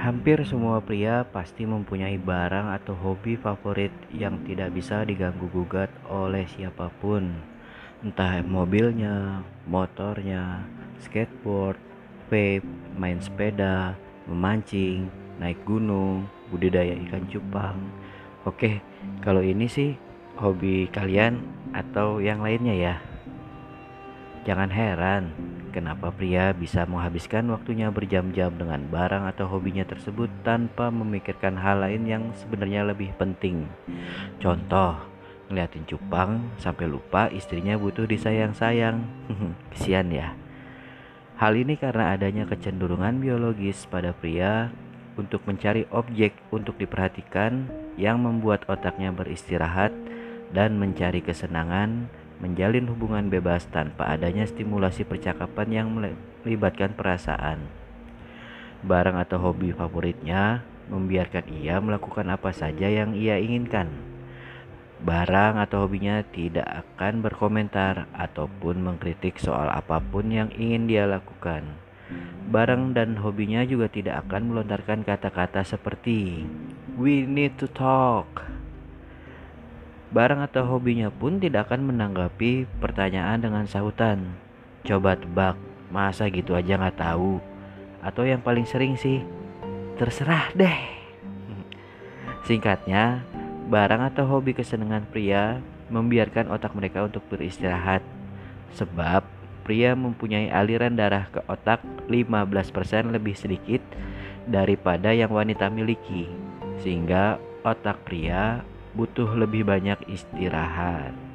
Hampir semua pria pasti mempunyai barang atau hobi favorit yang tidak bisa diganggu-gugat oleh siapapun. Entah mobilnya, motornya, skateboard, vape, main sepeda, memancing, naik gunung, budidaya ikan cupang. Oke, kalau ini sih hobi kalian atau yang lainnya ya. Jangan heran kenapa pria bisa menghabiskan waktunya berjam-jam dengan barang atau hobinya tersebut tanpa memikirkan hal lain yang sebenarnya lebih penting. Contoh, ngeliatin cupang sampai lupa istrinya butuh disayang-sayang. Kesian ya. Hal ini karena adanya kecenderungan biologis pada pria untuk mencari objek untuk diperhatikan yang membuat otaknya beristirahat dan mencari kesenangan, menjalin hubungan bebas tanpa adanya stimulasi percakapan yang melibatkan perasaan. Barang atau hobi favoritnya membiarkan ia melakukan apa saja yang ia inginkan. Barang atau hobinya tidak akan berkomentar ataupun mengkritik soal apapun yang ingin dia lakukan. Barang dan hobinya juga tidak akan melontarkan kata-kata seperti "We need to talk". Barang atau hobinya pun tidak akan menanggapi pertanyaan dengan sahutan "Coba tebak, masa gitu aja nggak tahu?" Atau yang paling sering sih "Terserah deh". Singkatnya, barang atau hobi kesenangan pria membiarkan otak mereka untuk beristirahat. Sebab pria mempunyai aliran darah ke otak 15% lebih sedikit daripada yang wanita miliki. Sehingga otak pria butuh lebih banyak istirahat.